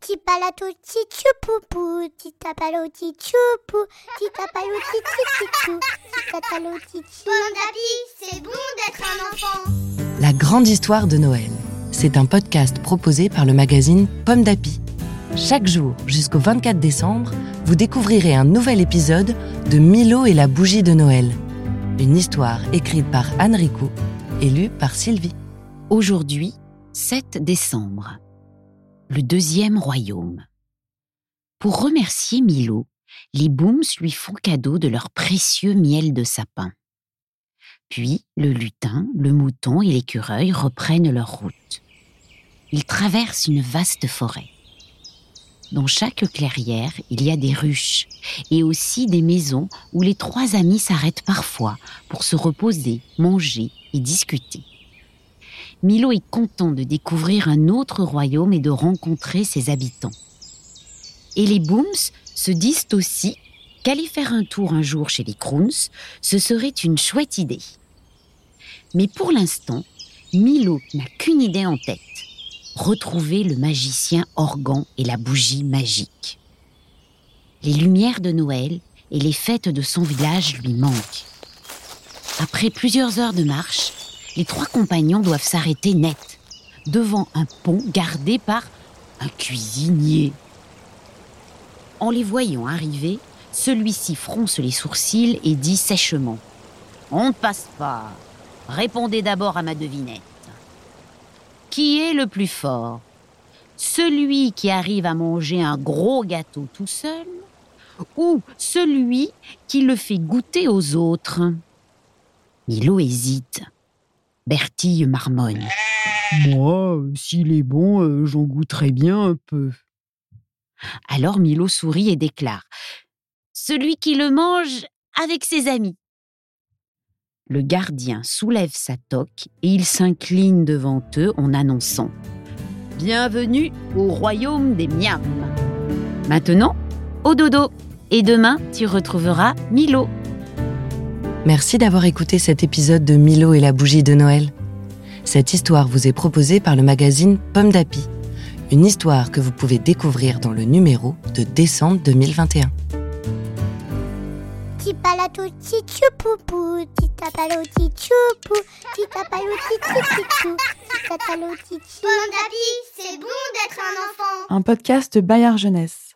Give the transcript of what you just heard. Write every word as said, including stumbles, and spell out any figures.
Tipalato tichupupu, titapalo tichupu, titapalo tichichichou, titatalo tichi. Pomme d'Api, c'est bon d'être un enfant. La grande histoire de Noël. C'est un podcast proposé par le magazine Pomme d'Api. Chaque jour, jusqu'au vingt-quatre décembre, vous découvrirez un nouvel épisode de Milo et la bougie de Noël. Une histoire écrite par Anne Ricou et lue par Sylvie. Aujourd'hui, sept décembre. Le deuxième royaume. Pour remercier Milo, les Booms lui font cadeau de leur précieux miel de sapin. Puis, le lutin, le mouton et l'écureuil reprennent leur route. Ils traversent une vaste forêt. Dans chaque clairière, il y a des ruches et aussi des maisons où les trois amis s'arrêtent parfois pour se reposer, manger et discuter. Milo est content de découvrir un autre royaume et de rencontrer ses habitants. Et les Booms se disent aussi qu'aller faire un tour un jour chez les Crowns, ce serait une chouette idée. Mais pour l'instant, Milo n'a qu'une idée en tête. Retrouver le magicien Organ et la bougie magique. Les lumières de Noël et les fêtes de son village lui manquent. Après plusieurs heures de marche, les trois compagnons doivent s'arrêter net, devant un pont gardé par un cuisinier. En les voyant arriver, celui-ci fronce les sourcils et dit sèchement « On ne passe pas. Répondez d'abord à ma devinette. Qui est le plus fort? Celui qui arrive à manger un gros gâteau tout seul ou celui qui le fait goûter aux autres ?» Milo hésite. Bertille marmonne. « Moi, s'il est bon, euh, j'en goûterai bien un peu. » Alors Milo sourit et déclare « Celui qui le mange avec ses amis. » Le gardien soulève sa toque et il s'incline devant eux en annonçant « Bienvenue au royaume des miams. Maintenant, au dodo. Et demain, tu retrouveras Milo. » Merci d'avoir écouté cet épisode de Milo et la bougie de Noël. Cette histoire vous est proposée par le magazine Pomme d'Api. Une histoire que vous pouvez découvrir dans le numéro de décembre deux mille vingt et un. Tipalato tichupupu, titapalo tichupu, titapalo tichichichou, titatalo tichi. Pomme d'Api, c'est bon d'être un enfant. Un podcast Bayard Jeunesse.